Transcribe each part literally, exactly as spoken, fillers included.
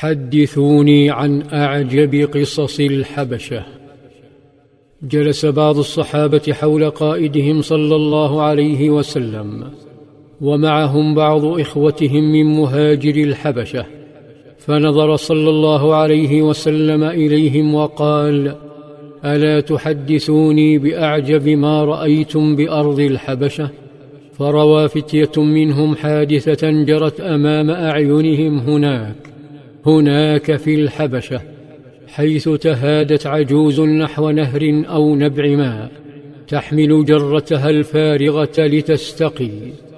حدثوني عن أعجب قصص الحبشة. جلس بعض الصحابة حول قائدهم صلى الله عليه وسلم، ومعهم بعض إخوتهم من مهاجر الحبشة، فنظر صلى الله عليه وسلم إليهم وقال: ألا تحدثوني بأعجب ما رأيتم بأرض الحبشة؟ فروى فتية منهم حادثة جرت أمام أعينهم هناك هناك في الحبشة، حيث تهادت عجوز نحو نهر أو نبع ماء تحمل جرتها الفارغة لتستقي،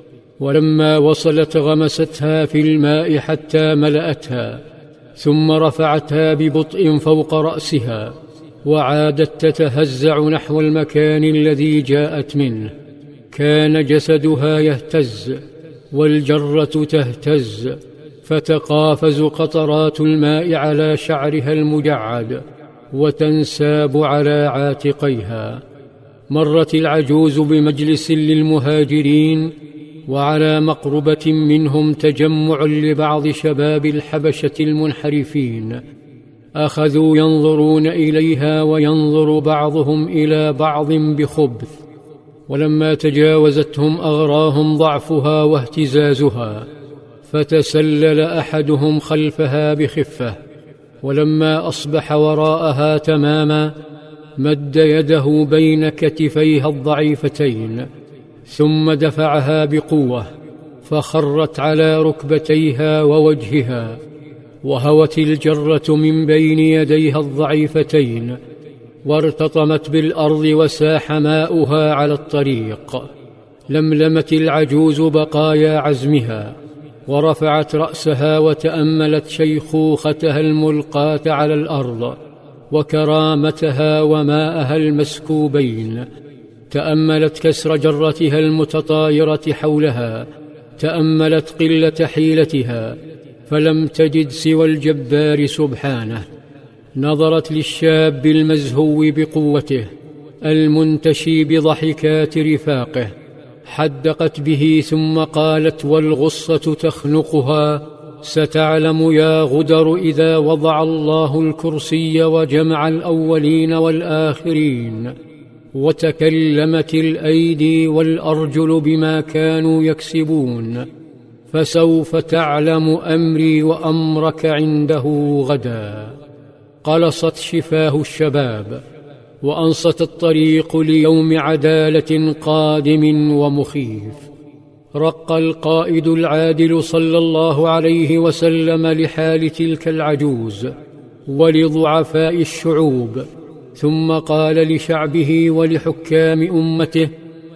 ولما وصلت غمستها في الماء حتى ملأتها، ثم رفعتها ببطء فوق رأسها، وعادت تتهزع نحو المكان الذي جاءت منه. كان جسدها يهتز والجرة تهتز، فتقافز قطرات الماء على شعرها المجعد وتنساب على عاتقيها. مرت العجوز بمجلس للمهاجرين، وعلى مقربة منهم تجمع لبعض شباب الحبشة المنحرفين، أخذوا ينظرون إليها وينظر بعضهم إلى بعض بخبث، ولما تجاوزتهم أغراهم ضعفها واهتزازها، فتسلل أحدهم خلفها بخفة، ولما أصبح وراءها تماما مد يده بين كتفيها الضعيفتين، ثم دفعها بقوة، فخرت على ركبتيها ووجهها، وهوت الجرة من بين يديها الضعيفتين، وارتطمت بالأرض وساح ماؤها على الطريق. لملمت العجوز بقايا عزمها، ورفعت رأسها وتأملت شيخوختها الملقاة على الأرض، وكرامتها وماءها المسكوبين. تأملت كسر جرتها المتطايرة حولها، تأملت قلة حيلتها، فلم تجد سوى الجبار سبحانه. نظرت للشاب المزهو بقوته المنتشي بضحكات رفاقه، حدقت به ثم قالت والغصة تخنقها: ستعلم يا غدر إذا وضع الله الكرسي وجمع الأولين والآخرين، وتكلمت الأيدي والأرجل بما كانوا يكسبون، فسوف تعلم أمري وأمرك عنده غدا. قلصت شفاه الشباب، وأنصت الطريق ليوم عدالة قادم ومخيف. رق القائد العادل صلى الله عليه وسلم لحال تلك العجوز ولضعفاء الشعوب، ثم قال لشعبه ولحكام أمته: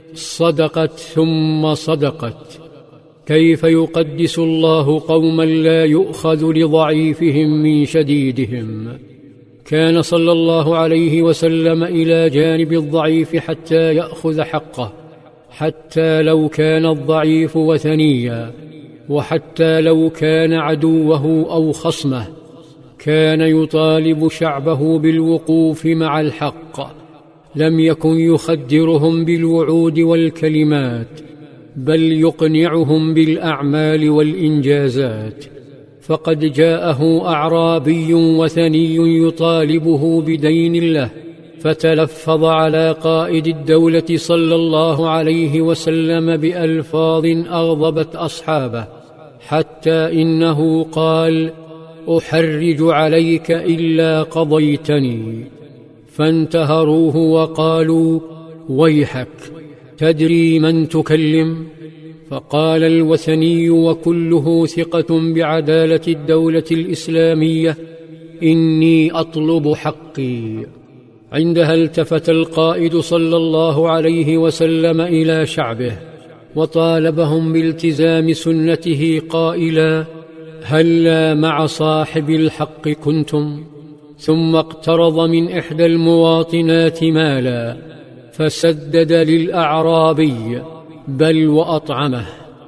صدقت ثم صدقت. كيف يقدس الله قوما لا يؤخذ لضعيفهم من شديدهم؟ كان صلى الله عليه وسلم إلى جانب الضعيف حتى يأخذ حقه، حتى لو كان الضعيف وثنيا، وحتى لو كان عدوه أو خصمه. كان يطالب شعبه بالوقوف مع الحق، لم يكن يخدرهم بالوعود والكلمات، بل يقنعهم بالأعمال والإنجازات. فقد جاءه أعرابي وثني يطالبه بدين الله، فتلفظ على قائد الدولة صلى الله عليه وسلم بألفاظ أغضبت أصحابه، حتى إنه قال: أحرج عليك إلا قضيتني. فانتهروه وقالوا: ويحك، تدري من تكلم؟ فقال الوثني وكله ثقة بعدالة الدولة الإسلامية: إني أطلب حقي. عندها التفت القائد صلى الله عليه وسلم إلى شعبه وطالبهم بالتزام سنته قائلا: هلا مع صاحب الحق كنتم؟ ثم اقترض من إحدى المواطنات مالا، فسدد للأعرابي بل وأطعمه.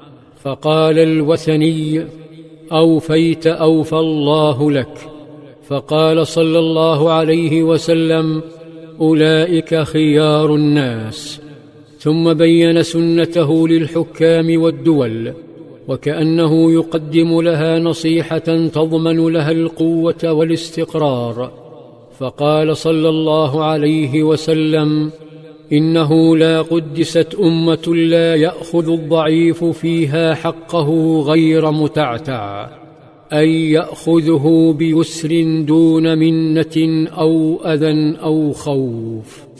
فقال الوثني: أوفيت أوفى الله لك. فقال صلى الله عليه وسلم: أولئك خيار الناس. ثم بين سنته للحكام والدول، وكأنه يقدم لها نصيحة تضمن لها القوة والاستقرار، فقال صلى الله عليه وسلم: إنه لا قدست أمة لا يأخذ الضعيف فيها حقه غير متعتع، أي يأخذه بيسر دون منة أو أذى أو خوف.